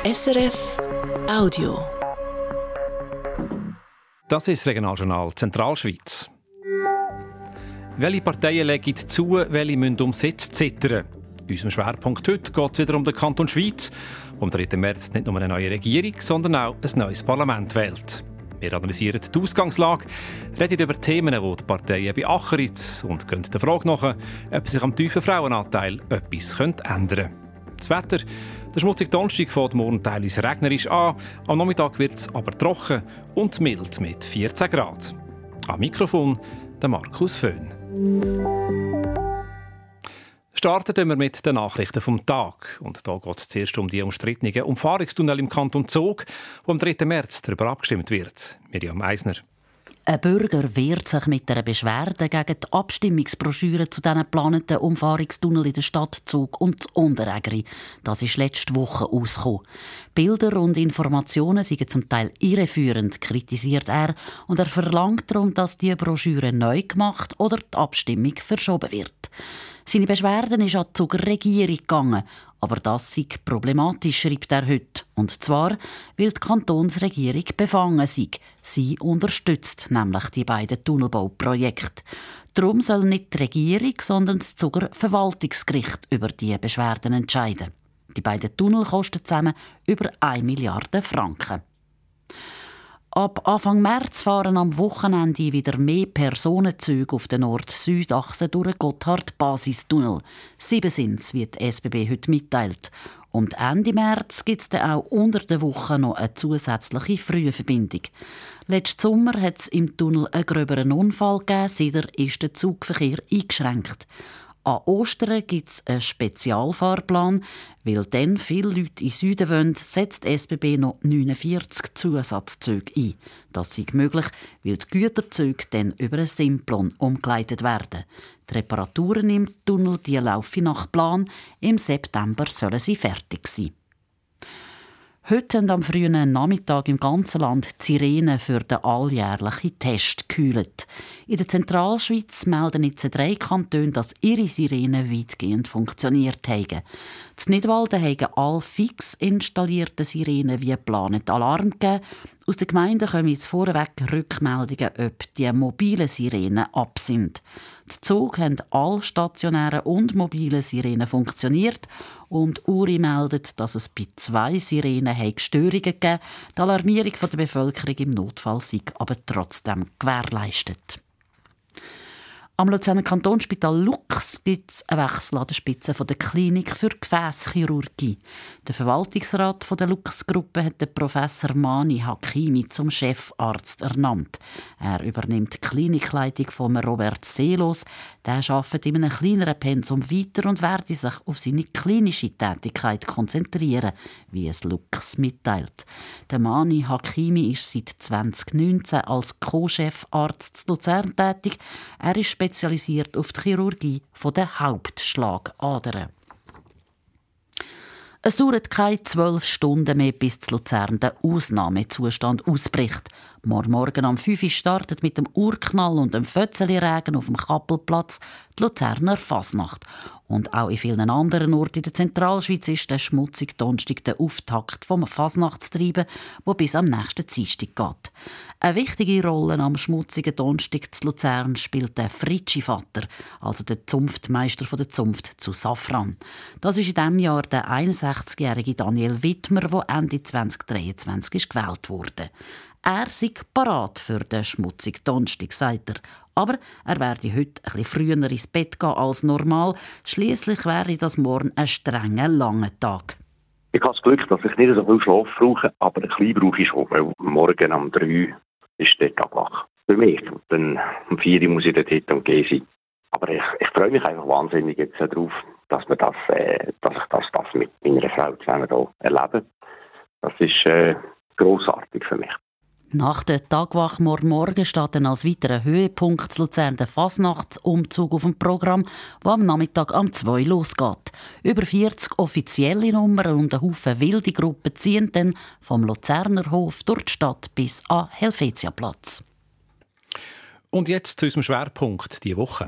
SRF Audio. Das ist das Regionaljournal Zentralschweiz. Welche Parteien legen zu, welche müssen um Sitz zittern? In unserem Schwerpunkt heute geht es wieder um den Kanton Schweiz, wo am 3. März nicht nur eine neue Regierung, sondern auch ein neues Parlament wählt. Wir analysieren die Ausgangslage, reden über Themen, die die Parteien beackern und gehen der Frage nach, ob sich am tiefen Frauenanteil etwas ändern könnte. Das Wetter: der schmutzige Donnerstag fängt morgen teilweise regnerisch an, am Nachmittag wird es aber trocken und mild mit 14 Grad. Am Mikrofon der Markus Föhn. Starten wir mit den Nachrichten vom Tag. Und da geht es zuerst um die umstrittenen Umfahrungstunnel im Kanton Zug, wo am 3. März darüber abgestimmt wird. Miriam Eisner. Ein Bürger wehrt sich mit einer Beschwerde gegen die Abstimmungsbroschüre zu diesen geplanten Umfahrungstunnel in der Stadt Zug und Unterägeri. Das ist letzte Woche ausgekommen. Bilder und Informationen sind zum Teil irreführend, kritisiert er, und er verlangt darum, dass die Broschüre neu gemacht oder die Abstimmung verschoben wird. Seine Beschwerden ist an die Zuger Regierung gegangen, aber das sei problematisch, schreibt er heute. Und zwar, weil die Kantonsregierung befangen sei. Sie unterstützt nämlich die beiden Tunnelbauprojekte. Darum soll nicht die Regierung, sondern das Zuger Verwaltungsgericht über die Beschwerden entscheiden. Die beiden Tunnel kosten zusammen über 1 Milliarde Franken. Ab Anfang März fahren am Wochenende wieder mehr Personenzüge auf der Nord-Süd-Achse durch den Gotthard-Basistunnel. 7 sind es, wie die SBB heute mitteilt. Und Ende März gibt es dann auch unter der Woche noch eine zusätzliche Frühverbindung. Letzten Sommer hat es im Tunnel einen gröberen Unfall gegeben, seitdem ist der Zugverkehr eingeschränkt. An Ostern gibt es einen Spezialfahrplan. Weil dann viele Leute in den Süden wollen, setzt die SBB noch 49 Zusatzzüge ein. Das ist möglich, weil die Güterzüge dann über einen Simplon umgeleitet werden. Die Reparaturen im Tunnel laufen nach Plan. Im September sollen sie fertig sein. Heute haben am frühen Nachmittag im ganzen Land die Sirenen für den alljährlichen Test gekühlt. In der Zentralschweiz melden jetzt 3 Kantone, dass ihre Sirenen weitgehend funktioniert haben. In Nidwalden haben alle fix installierten Sirenen wie geplant Alarm gegeben. Aus den Gemeinden kommen jetzt vorweg Rückmeldungen, ob die mobilen Sirenen ab sind. In Zug haben alle stationären und mobilen Sirenen funktioniert und Uri meldet, dass es bei 2 Sirenen Störungen gegeben. Die Alarmierung der Bevölkerung im Notfall sei aber trotzdem gewährleistet. Am Luzerner Kantonsspital Lux gibt es einen Wechsel an der Spitze der Klinik für Gefäßchirurgie. Der Verwaltungsrat der Lux-Gruppe hat den Professor Mani Hakimi zum Chefarzt ernannt. Er übernimmt die Klinikleitung von Robert Seelos. Der arbeitet in einem kleineren Pensum weiter und werde sich auf seine klinische Tätigkeit konzentrieren, wie es Lux mitteilt. Der Mani Hakimi ist seit 2019 als Co-Chefarzt zu Luzern tätig. Er ist spezialisiert auf die Chirurgie der Hauptschlagadern. Es dauert keine 12 Stunden mehr, bis zu Luzern der Ausnahmezustand ausbricht. Morgen am 5 Uhr startet mit dem Urknall und dem Fötzeli-Regen auf dem Kappelplatz die Luzerner Fasnacht. Und auch in vielen anderen Orten in der Zentralschweiz ist der schmutzige Donnerstag der Auftakt vom Fasnachtstreiben, wo bis am nächsten Dienstag geht. Eine wichtige Rolle am schmutzigen Donnerstag zu Luzern spielt der Fritschi-Vater, also der Zunftmeister der Zunft zu Safran. Das ist in diesem Jahr der 61-jährige Daniel Wittmer, der Ende 2023 gewählt wurde. Er sei parat für den schmutzigen Donnerstag, sagt er. Aber er werde heute ein bisschen früher ins Bett gehen als normal. Schliesslich wäre das morgen ein strenger, langer Tag. Ich habe das Glück, dass ich nicht so viel Schlaf brauche, aber ein bisschen brauche ich schon. Weil morgen um 3 ist der Tag wach. Für mich. Und dann um 4 Uhr muss ich dort hin und gehen sein. Aber ich freue mich einfach wahnsinnig jetzt darauf, dass ich das mit meiner Frau zusammen hier erlebe. Das ist grossartig für mich. Nach der Tagwache morgen steht dann als weiterer Höhepunkt zu Luzern der Fasnachtsumzug auf dem Programm, der am Nachmittag um 2 losgeht. Über 40 offizielle Nummern und ein Haufen wilde Gruppen ziehen dann vom Luzerner Hof durch die Stadt bis an Helvetiaplatz. Und jetzt zu unserem Schwerpunkt diese Woche.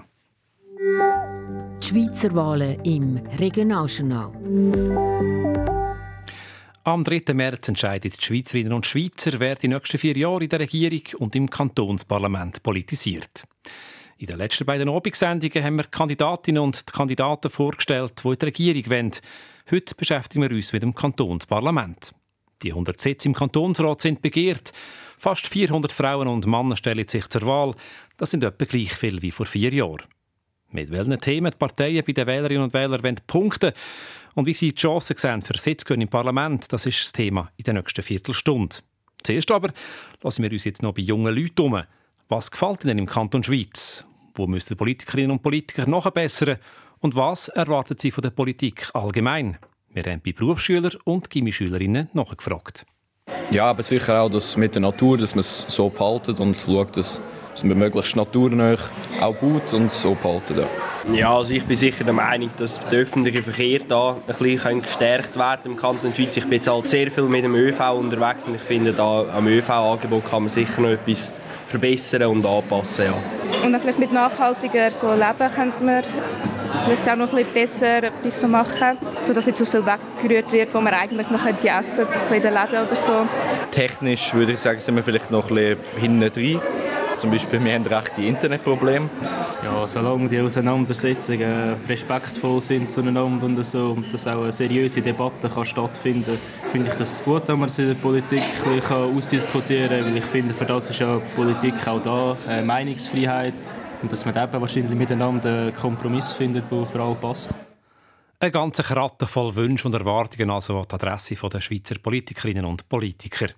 Die Schweizer Wahlen im Regionaljournal. Am 3. März entscheiden die Schweizerinnen und Schweizer, wer die nächsten 4 Jahre in der Regierung und im Kantonsparlament politisiert. In den letzten beiden Abendsendungen haben wir Kandidatinnen und Kandidaten vorgestellt, die in die Regierung wollen. Heute beschäftigen wir uns mit dem Kantonsparlament. Die 100 Sitze im Kantonsrat sind begehrt. Fast 400 Frauen und Männer stellen sich zur Wahl. Das sind etwa gleich viel wie vor 4 Jahren. Mit welchen Themen die Parteien bei den Wählerinnen und Wählern punkten und wie sie die Chancen sehen für Sitze im Parlament, das ist das Thema in der nächsten Viertelstunde. Zuerst aber lassen wir uns jetzt noch bei jungen Leuten um. Was gefällt ihnen im Kanton Schweiz? Wo müssen die Politikerinnen und Politiker nachbessern? Und was erwarten sie von der Politik allgemein? Wir haben bei Berufsschülern und Gymnasiaschülerinnen nachgefragt. Ja, aber sicher auch das mit der Natur, dass man es so behaltet und schaut, dass man möglichst naturnah auch baut und so behalten. Ja, also ich bin sicher der Meinung, dass der öffentliche Verkehr da ein bisschen gestärkt werden im Kanton Schweiz. Ich bin jetzt halt sehr viel mit dem ÖV unterwegs und ich finde, da am ÖV-Angebot kann man sicher noch etwas verbessern und anpassen. Ja. Und dann vielleicht mit nachhaltiger so leben könnte man vielleicht auch noch ein bisschen besser etwas so machen, sodass nicht so viel weggerührt wird, was man eigentlich noch essen könnte, so in den Läden oder so. Technisch würde ich sagen, sind wir vielleicht noch ein bisschen hinten drin. Zum Beispiel, wir haben recht die Internetprobleme. Ja, solange die Auseinandersetzungen respektvoll sind zueinander und so, und dass auch eine seriöse Debatte kann stattfinden kann, finde ich das gut, wenn man es in der Politik ein bisschen ausdiskutieren kann. Weil ich finde, für das ist ja Politik auch da, Meinungsfreiheit. Und dass man eben wahrscheinlich miteinander einen Kompromiss findet, der für alle passt. Eine ganze Kratte voll Wünsche und Erwartungen also an die Adresse der Schweizer Politikerinnen und Politiker.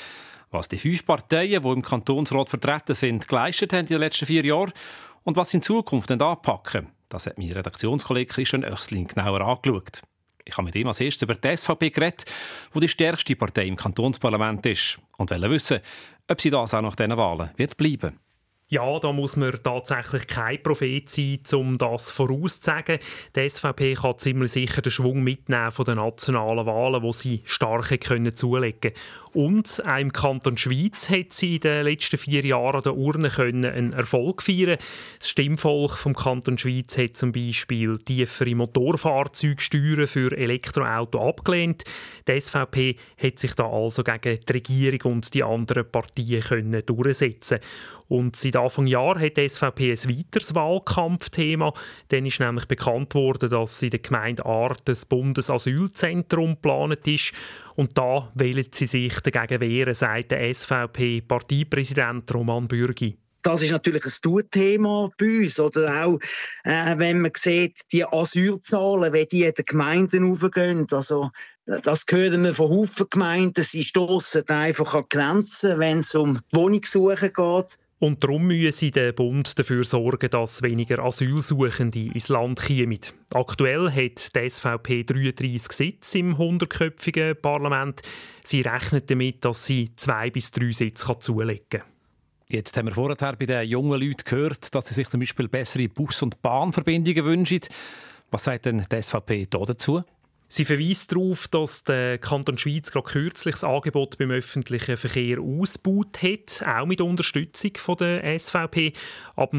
Was die 5 Parteien, die im Kantonsrat vertreten sind, geleistet haben in den letzten 4 Jahren und was sie in Zukunft anpacken, das hat mein Redaktionskollege Christian Oechslin genauer angeschaut. Ich habe mit ihm als erstes über die SVP geredet, die stärkste Partei im Kantonsparlament ist, und wollte wissen, ob sie das auch nach diesen Wahlen wird bleiben. Ja, da muss man tatsächlich kein Prophet sein, um das vorauszusagen. Die SVP kann ziemlich sicher den Schwung mitnehmen von den nationalen Wahlen, wo sie stark zulegen können. Und auch im Kanton Schweiz hat sie in den letzten 4 Jahren an der Urne einen Erfolg feiern. Das Stimmvolk vom Kanton Schweiz hat zum Beispiel tiefere Motorfahrzeugsteuern für Elektroautos abgelehnt. Die SVP hat sich da also gegen die Regierung und die anderen Partien durchsetzen. Und seit Anfang Jahr hat die SVP ein weiteres Wahlkampfthema. Dann ist nämlich bekannt worden, dass in der Gemeinde Arth das Bundesasylzentrum geplant ist. Und da wollen sie sich dagegen wehren, sagt der SVP-Parteipräsident Roman Bürgi. Das ist natürlich ein Thema bei uns. Oder auch, wenn man sieht, die Asylzahlen, wie die in den Gemeinden hochgehen. Also, das hören wir von Haufen Gemeinden. Sie stossen einfach an Grenzen, wenn es um die Wohnungssuche geht. Und darum müsse der Bund dafür sorgen, dass weniger Asylsuchende ins Land kommen. Aktuell hat die SVP 33 Sitze im 100-köpfigen Parlament. Sie rechnet damit, dass sie 2 bis 3 Sitze zulegen kann. Jetzt haben wir vorher bei den jungen Leuten gehört, dass sie sich zum Beispiel bessere Bus- und Bahnverbindungen wünschen. Was sagt denn die SVP dazu? Sie verweist darauf, dass der Kanton Schweiz gerade kürzlich das Angebot beim öffentlichen Verkehr ausgebaut hat, auch mit Unterstützung von der SVP. Ab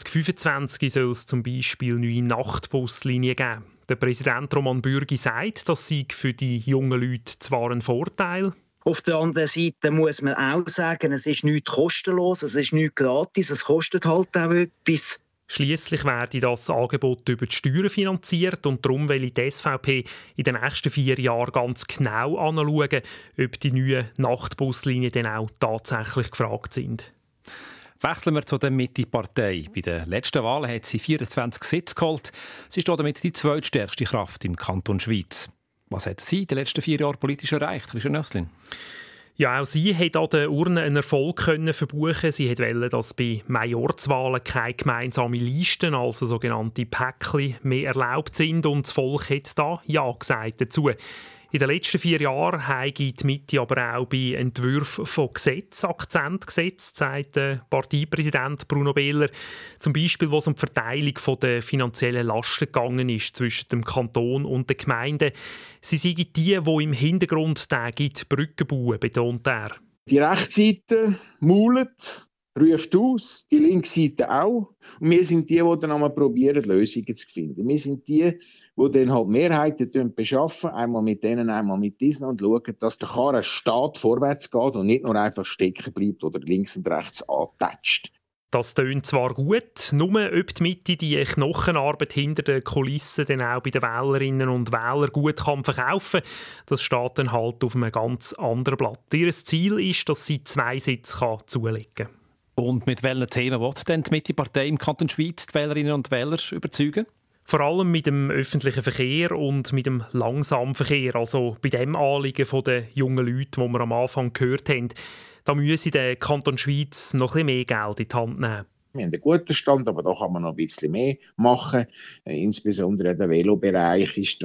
2025 soll es zum Beispiel neue Nachtbuslinien geben. Der Präsident Roman Bürgi sagt, das sei für die jungen Leute zwar ein Vorteil. Auf der anderen Seite muss man auch sagen, es ist nichts kostenlos, es ist nichts gratis, es kostet halt auch etwas. Schliesslich werde das Angebot über die Steuern finanziert und darum will die SVP in den nächsten 4 Jahren ganz genau anschauen, ob die neuen Nachtbuslinien dann auch tatsächlich gefragt sind. Wechseln wir zu der Mitte-Partei. Bei der letzten Wahl hat sie 24 Sitze geholt. Sie ist damit die zweitstärkste Kraft im Kanton Schweiz. Was hat sie in den letzten 4 Jahren politisch erreicht, Christian Oechslin? Ja, auch sie hat an der Urne einen Erfolg verbuchen. Sie wollte, dass bei Majorzwahlen keine gemeinsamen Listen, also sogenannte Päckchen, mehr erlaubt sind. Und das Volk hat da Ja gesagt dazu. In den letzten 4 Jahren habe die Mitte aber auch bei Entwürfen von Gesetzen Akzent gesetzt, sagt der Parteipräsident Bruno Behler. Zum Beispiel, wo es um die Verteilung der finanziellen Lasten gegangen ist zwischen dem Kanton und den Gemeinden. Sie seien die im Hintergrund die Brücken bauen, betont er. Die Rechtsseite maulet, ruft aus, die linke Seite auch. Und wir sind die dann einmal probieren, Lösungen zu finden. Wir sind die dann halt Mehrheiten beschaffen, einmal mit denen, einmal mit diesen und schauen, dass der Karrenstaat vorwärts geht und nicht nur einfach stecken bleibt oder links und rechts antätscht. Das tönt zwar gut, nur ob die Mitte die Knochenarbeit hinter den Kulissen dann auch bei den Wählerinnen und Wählern gut kann verkaufen kann, das steht dann halt auf einem ganz anderen Blatt. Ihr Ziel ist, dass sie 2 Sitze zulegen kann. Und mit welchen Themen will denn die Mitte-Partei im Kanton Schwyz die Wählerinnen und Wähler überzeugen? Vor allem mit dem öffentlichen Verkehr und mit dem langsamen Verkehr, also bei dem Anliegen der jungen Leute, die wir am Anfang gehört haben. Da müsse der Kanton Schwyz noch ein bisschen mehr Geld in die Hand nehmen. Wir haben einen guten Stand, aber da kann man noch ein bisschen mehr machen. Insbesondere der Velobereich ist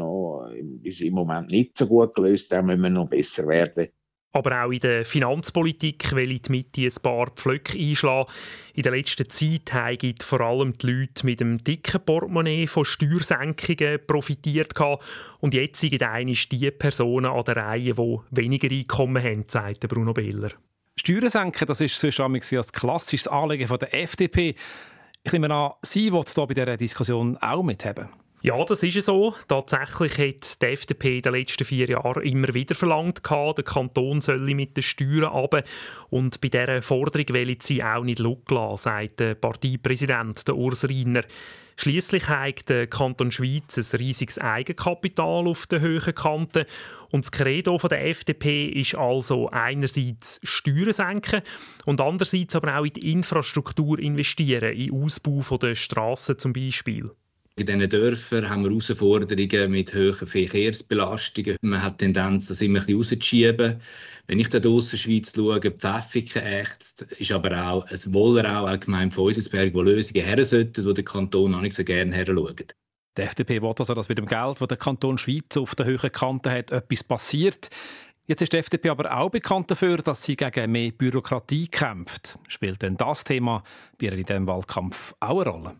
im Moment nicht so gut gelöst, da müssen wir noch besser werden. Aber auch in der Finanzpolitik will die Mitte ein paar Pflöcke einschlagen. In der letzten Zeit haben vor allem die Leute mit dem dicken Portemonnaie von Steuersenkungen profitiert. Und jetzt sind einmal die Personen an der Reihe, die weniger Einkommen haben, sagt Bruno Beller. Steuern senken, das ist sonst ein klassisches Anliegen der FDP. Ich nehme an, Sie wollen hier bei dieser Diskussion auch mithaben. Ja, das ist so. Tatsächlich hat die FDP in den letzten 4 Jahren immer wieder verlangt, der Kanton solle mit den Steuern runter. Und bei dieser Forderung will sie auch nicht lassen, sagt der Parteipräsident Urs Riner. Schliesslich hat der Kanton Schwyz ein riesiges Eigenkapital auf der hohen Kante. Und das Credo der FDP ist also einerseits Steuern senken und andererseits aber auch in die Infrastruktur investieren, in den Ausbau der Strassen zum Beispiel. In diesen Dörfern haben wir Herausforderungen mit hohen Verkehrsbelastungen. Man hat die Tendenz, das immer ein bisschen rauszuschieben. Wenn ich da draussen in der Schweiz schaue, Pfäffiken ächzt, ist aber auch ein Wollerau, allgemein von Euselsberg, wo Lösungen her sollten, wo der Kanton auch nicht so gerne her schaut. Die FDP will also, dass mit dem Geld, das der Kanton Schwyz auf der hohen Kante hat, etwas passiert. Jetzt ist die FDP aber auch bekannt dafür, dass sie gegen mehr Bürokratie kämpft. Spielt denn das Thema bei ihr in diesem Wahlkampf auch eine Rolle?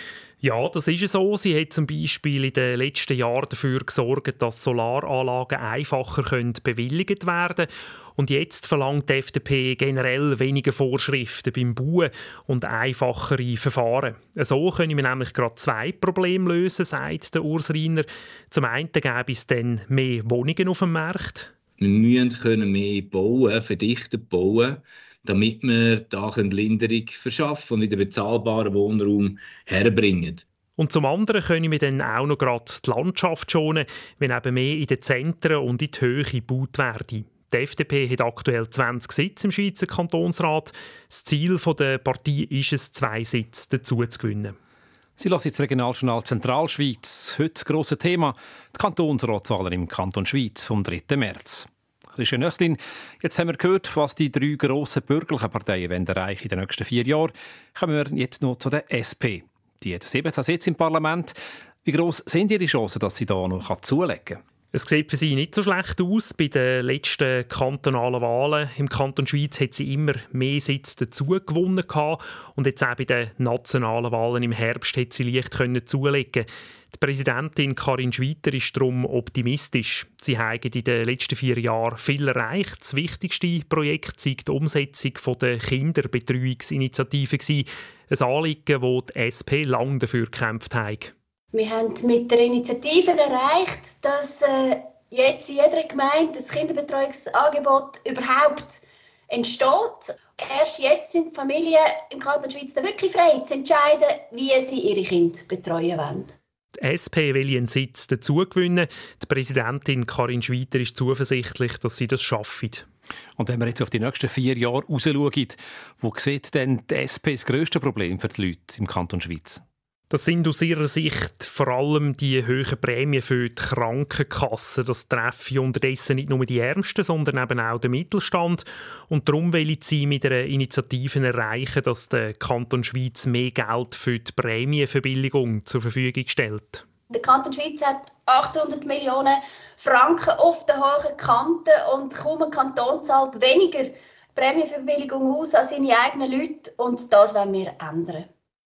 Ja, das ist so. Sie hat zum Beispiel in den letzten Jahren dafür gesorgt, dass Solaranlagen einfacher bewilligt werden können. Und jetzt verlangt die FDP generell weniger Vorschriften beim Bauen und einfachere Verfahren. So können wir nämlich gerade 2 Probleme lösen, sagt der Urs Riner. Zum einen gäbe es dann mehr Wohnungen auf dem Markt. Wir müssen mehr bauen, verdichtet bauen, damit wir da Linderung verschaffen und in den bezahlbaren Wohnraum herbringen. Und zum anderen können wir dann auch noch gerade die Landschaft schonen, wenn eben mehr in den Zentren und in die Höhe gebaut werde. Die FDP hat aktuell 20 Sitze im Schweizer Kantonsrat. Das Ziel der Partei ist es, 2 Sitze dazu zu gewinnen. Sie hören jetzt Regionaljournal Zentralschweiz. Heute das grosse Thema, die Kantonsratswahlen im Kanton Schwyz vom 3. März. Christian Nöchlin, jetzt haben wir gehört, was die 3 grossen bürgerlichen Parteien erreichen in den nächsten 4 Jahren. Kommen wir jetzt noch zu der SP. Die hat 17 Sitze im Parlament. Wie gross sind Ihre Chancen, dass sie da noch zulegen kann? Es sieht für sie nicht so schlecht aus. Bei den letzten kantonalen Wahlen im Kanton Schwyz hat sie immer mehr Sitze dazu gewonnen. Und jetzt auch bei den nationalen Wahlen im Herbst hat sie leicht zulegen. Die Präsidentin Karin Schweiter ist darum optimistisch. Sie haben in den letzten 4 Jahren viel erreicht. Das wichtigste Projekt sei die Umsetzung der Kinderbetreuungsinitiative. Ein Anliegen, das die SP lange dafür gekämpft hat. Wir haben mit der Initiative erreicht, dass jetzt in jeder Gemeinde das Kinderbetreuungsangebot überhaupt entsteht. Erst jetzt sind die Familien im Kanton Schwyz wirklich frei zu entscheiden, wie sie ihre Kinder betreuen wollen. Die SP will einen Sitz dazu gewinnen. Die Präsidentin Karin Schweiter ist zuversichtlich, dass sie das schaffen. Und wenn wir jetzt auf die nächsten 4 Jahre rausschauen, wo sieht denn die SP das grösste Problem für die Leute im Kanton Schwyz? Das sind aus ihrer Sicht vor allem die hohen Prämien für die Krankenkassen. Das treffen unterdessen nicht nur die Ärmsten, sondern eben auch den Mittelstand. Und darum will sie mit einer Initiative erreichen, dass der Kanton Schwyz mehr Geld für die Prämienverbilligung zur Verfügung stellt. Der Kanton Schwyz hat 800 Millionen Franken auf der hohen Kante und kaum ein Kanton zahlt weniger Prämienverbilligung aus als seine eigenen Leute. Und das wollen wir ändern.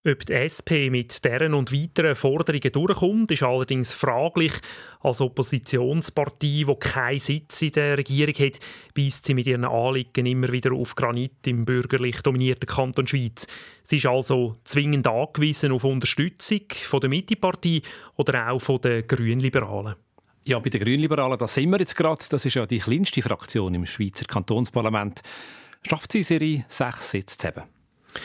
Ob die SP mit deren und weiteren Forderungen durchkommt, ist allerdings fraglich. Als Oppositionspartei, die keinen Sitz in der Regierung hat, beisst sie mit ihren Anliegen immer wieder auf Granit im bürgerlich dominierten Kanton Schweiz. Sie ist also zwingend angewiesen auf Unterstützung von der Mittepartei oder auch von den Grünliberalen. Ja, bei den Grünliberalen, da sind wir jetzt gerade. Das ist ja die kleinste Fraktion im Schweizer Kantonsparlament. Schafft sie ihre 6 Sitze zu haben?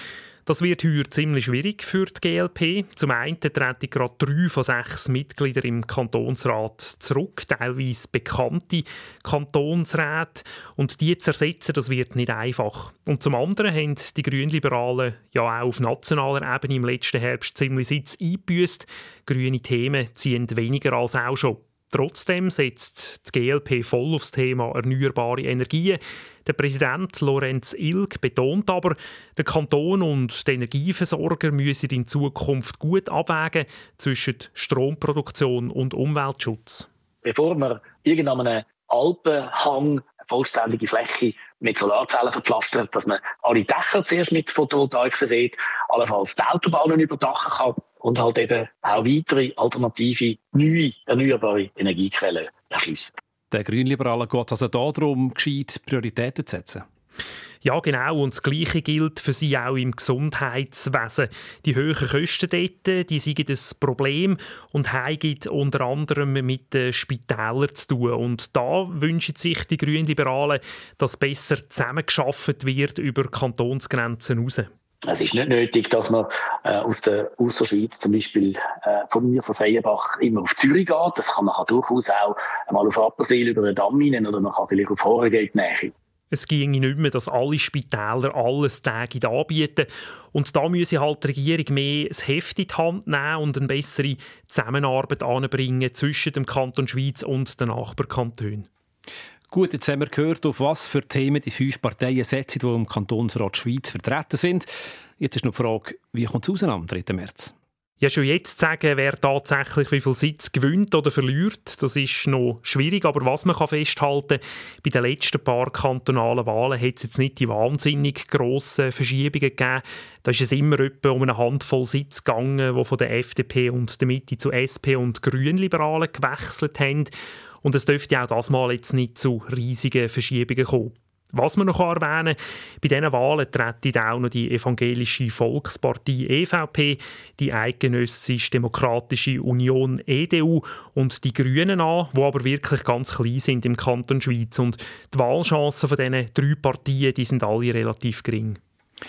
Das wird heute ziemlich schwierig für die GLP. Zum einen treten gerade 3 von 6 Mitgliedern im Kantonsrat zurück, teilweise bekannte Kantonsräte. Und die zu ersetzen, das wird nicht einfach. Und zum anderen haben die Grünliberalen ja auch auf nationaler Ebene im letzten Herbst ziemlich Sitz eingebüßt. Grüne Themen ziehen weniger als auch schon. Trotzdem setzt die GLP voll auf das Thema erneuerbare Energien. Der Präsident Lorenz Ilg betont aber, der Kanton und die Energieversorger müssen in Zukunft gut abwägen zwischen Stromproduktion und Umweltschutz. Bevor man irgendeinem Alpenhang eine vollständige Fläche mit Solarzellen verpflastert, dass man alle Dächer zuerst mit Photovoltaik versieht, allenfalls die Autobahnen überdachen kann und halt eben auch weitere alternative, neue, erneuerbare Energiequellen erschliessen. Den Grünliberalen geht es also darum, gescheit Prioritäten zu setzen. Ja, genau. Und das Gleiche gilt für sie auch im Gesundheitswesen. Die hohen Kosten dort, die sind ein Problem und haben unter anderem mit den Spitälern zu tun. Und da wünschen sich die Grünliberalen, dass besser zusammengearbeitet wird über Kantonsgrenzen hinaus. Es ist nicht nötig, dass man aus der Ausserschweiz zum Beispiel von mir, von Freienbach, immer auf Zürich geht. Das kann man durchaus auch einmal auf Rapperswil über den Damm hinein oder man kann vielleicht auf Horengate näher. Es ginge nicht mehr, dass alle Spitäler alles täglich anbieten. Und da müsse halt die Regierung mehr das Heft in die Hand nehmen und eine bessere Zusammenarbeit anbringen zwischen dem Kanton Schweiz und den Nachbarkantonen. Gut, jetzt haben wir gehört, auf was für Themen die 5 Parteien setzen, die im Kantonsrat Schweiz vertreten sind. Jetzt ist noch die Frage, wie kommt es raus am 3. März? Ja, schon jetzt zu sagen, wer tatsächlich wie viel Sitz gewinnt oder verliert, das ist noch schwierig. Aber was man festhalten kann, bei den letzten paar kantonalen Wahlen hat es jetzt nicht die wahnsinnig grossen Verschiebungen gegeben. Da ist es immer etwa um eine Handvoll Sitze gegangen, die von der FDP und der Mitte zu SP und Grünliberalen gewechselt haben. Und es dürfte auch das Mal jetzt nicht zu riesigen Verschiebungen kommen. Was man noch erwähnen kann, bei diesen Wahlen treten auch noch die evangelische Volkspartei EVP, die Eidgenössisch-Demokratische Union EDU und die Grünen an, die aber wirklich ganz klein sind im Kanton Schweiz. Und die Wahlchancen von diesen 3 Parteien, die sind alle relativ gering.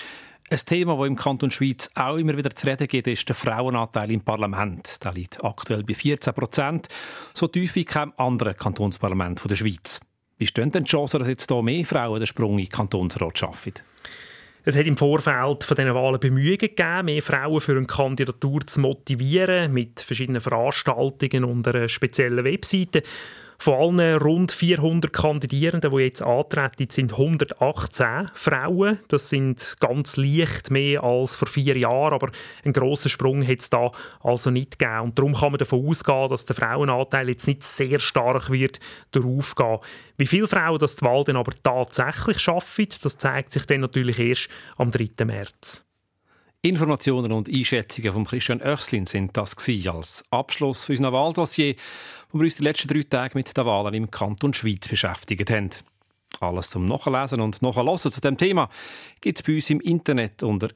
Ein Thema, das im Kanton Schweiz auch immer wieder zu reden gibt, ist der Frauenanteil im Parlament. Der liegt aktuell bei 14%, so tief wie kein anderes Kantonsparlament der Schweiz. Wie stehen denn die Chancen, dass jetzt hier mehr Frauen den Sprung in den Kantonsrat schaffen? Es hat im Vorfeld von diesen Wahlen Bemühungen gegeben, mehr Frauen für eine Kandidatur zu motivieren, mit verschiedenen Veranstaltungen und einer speziellen Webseite. Von allen rund 400 Kandidierenden, die jetzt antreten, sind 118 Frauen. Das sind ganz leicht mehr als vor 4 Jahren, aber einen grossen Sprung hat es da also nicht gegeben. Und darum kann man davon ausgehen, dass der Frauenanteil jetzt nicht sehr stark wird aufgehen. Wie viele Frauen das die Wahl dann aber tatsächlich schaffen, das zeigt sich dann natürlich erst am 3. März. Informationen und Einschätzungen von Christian Oechslin sind das als Abschluss für unser Wahldossier, wo wir uns die letzten 3 Tage mit den Wahlen im Kanton Schweiz beschäftigt haben. Alles zum Nachlesen und Nachhören zu diesem Thema gibt es bei uns im Internet unter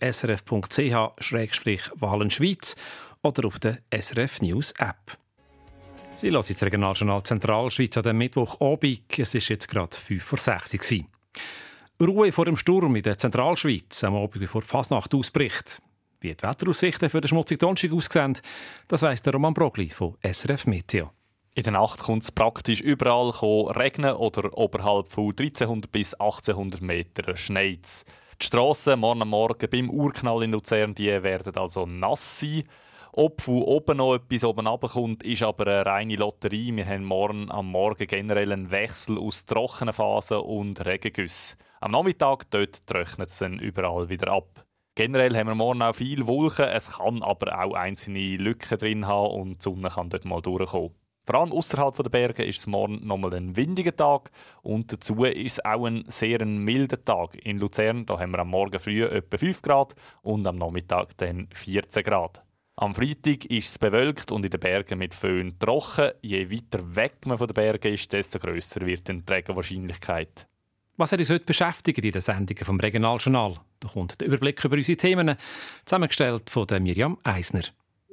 srf.ch/Wahlenschweiz oder auf der SRF News App. Sie hören das Regionaljournal Zentralschweiz an dem Mittwochabend. Es ist jetzt gerade 5:06 Uhr. Ruhe vor dem Sturm in der Zentralschweiz, am Abend bevor die Fasnacht ausbricht. Wie die Wetteraussichten für den schmutzigen Donnerstag aussehen, das weiss der Roman Brogli von SRF Meteo. In der Nacht kommt es praktisch überall regnen oder oberhalb von 1300 bis 1800 Metern schneit. Die Strassen morgen am Morgen beim Urknall in Luzern die werden also nass sein. Ob von oben noch etwas oben runterkommt, ist aber eine reine Lotterie. Wir haben morgen am Morgen generell einen Wechsel aus trockenen Phasen und Regengüssen. Am Nachmittag trocknet es dann überall wieder ab. Generell haben wir morgen auch viel Wolken, es kann aber auch einzelne Lücken drin haben und die Sonne kann dort mal durchkommen. Vor allem außerhalb der Berge ist es morgen nochmal ein windiger Tag und dazu ist es auch ein sehr milder Tag. In Luzern da haben wir am Morgen früh etwa 5 Grad und am Nachmittag dann 14 Grad. Am Freitag ist es bewölkt und in den Bergen mit Föhn trocken. Je weiter weg man von den Bergen ist, desto grösser wird die Regenwahrscheinlichkeit. Was hat uns heute beschäftigt in den Sendungen vom Regionaljournal? Da kommt der Überblick über unsere Themen, zusammengestellt von Miriam Eisner.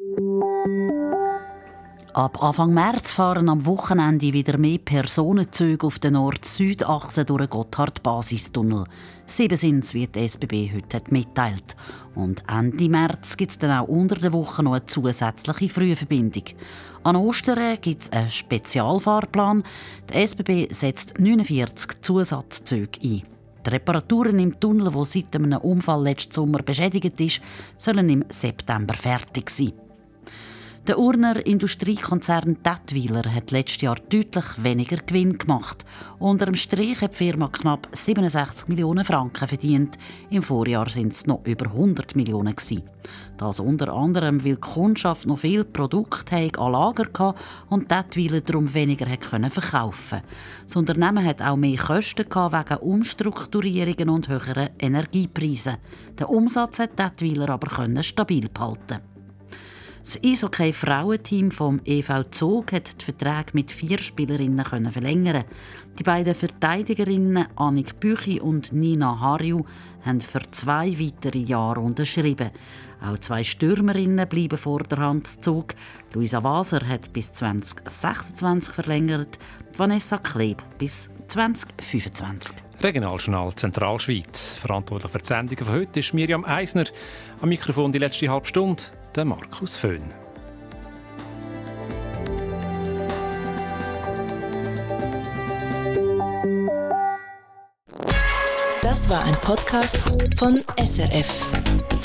Ab Anfang März fahren am Wochenende wieder mehr Personenzüge auf der Nord-Süd-Achse durch den Gotthard-Basistunnel. 7 sind es, wie die SBB heute mitteilt. Und Ende März gibt es dann auch unter der Woche noch eine zusätzliche Frühverbindung. An Ostern gibt es einen Spezialfahrplan. Die SBB setzt 49 Zusatzzüge ein. Die Reparaturen im Tunnel, der seit einem Unfall letzten Sommer beschädigt ist, sollen im September fertig sein. Der Urner Industriekonzern Tettwiler hat letztes Jahr deutlich weniger Gewinn gemacht. Unter dem Strich hat die Firma knapp 67 Millionen Franken verdient. Im Vorjahr sind es noch über 100 Millionen gewesen. Das unter anderem, weil die Kundschaft noch viele Produkte an Lager hatte und Tettwiler darum weniger verkaufen konnte. Das Unternehmen hat auch mehr Kosten wegen Umstrukturierungen und höheren Energiepreisen. Den Umsatz hat Tettwiler aber stabil behalten. Das Eishockey-Frauenteam vom EV Zug hat die Verträge mit 4 Spielerinnen verlängern. Die beiden Verteidigerinnen Annik Büchi und Nina Hariu haben für 2 weitere Jahre unterschrieben. Auch 2 Stürmerinnen bleiben vorderhand zu Zug. Luisa Waser hat bis 2026 verlängert, Vanessa Kleb bis 2025. Regionaljournal Zentralschweiz. Verantwortlich für die Sendung von heute ist Miriam Eisner. Am Mikrofon die letzte halbe Stunde der Markus Föhn. Das war ein Podcast von SRF.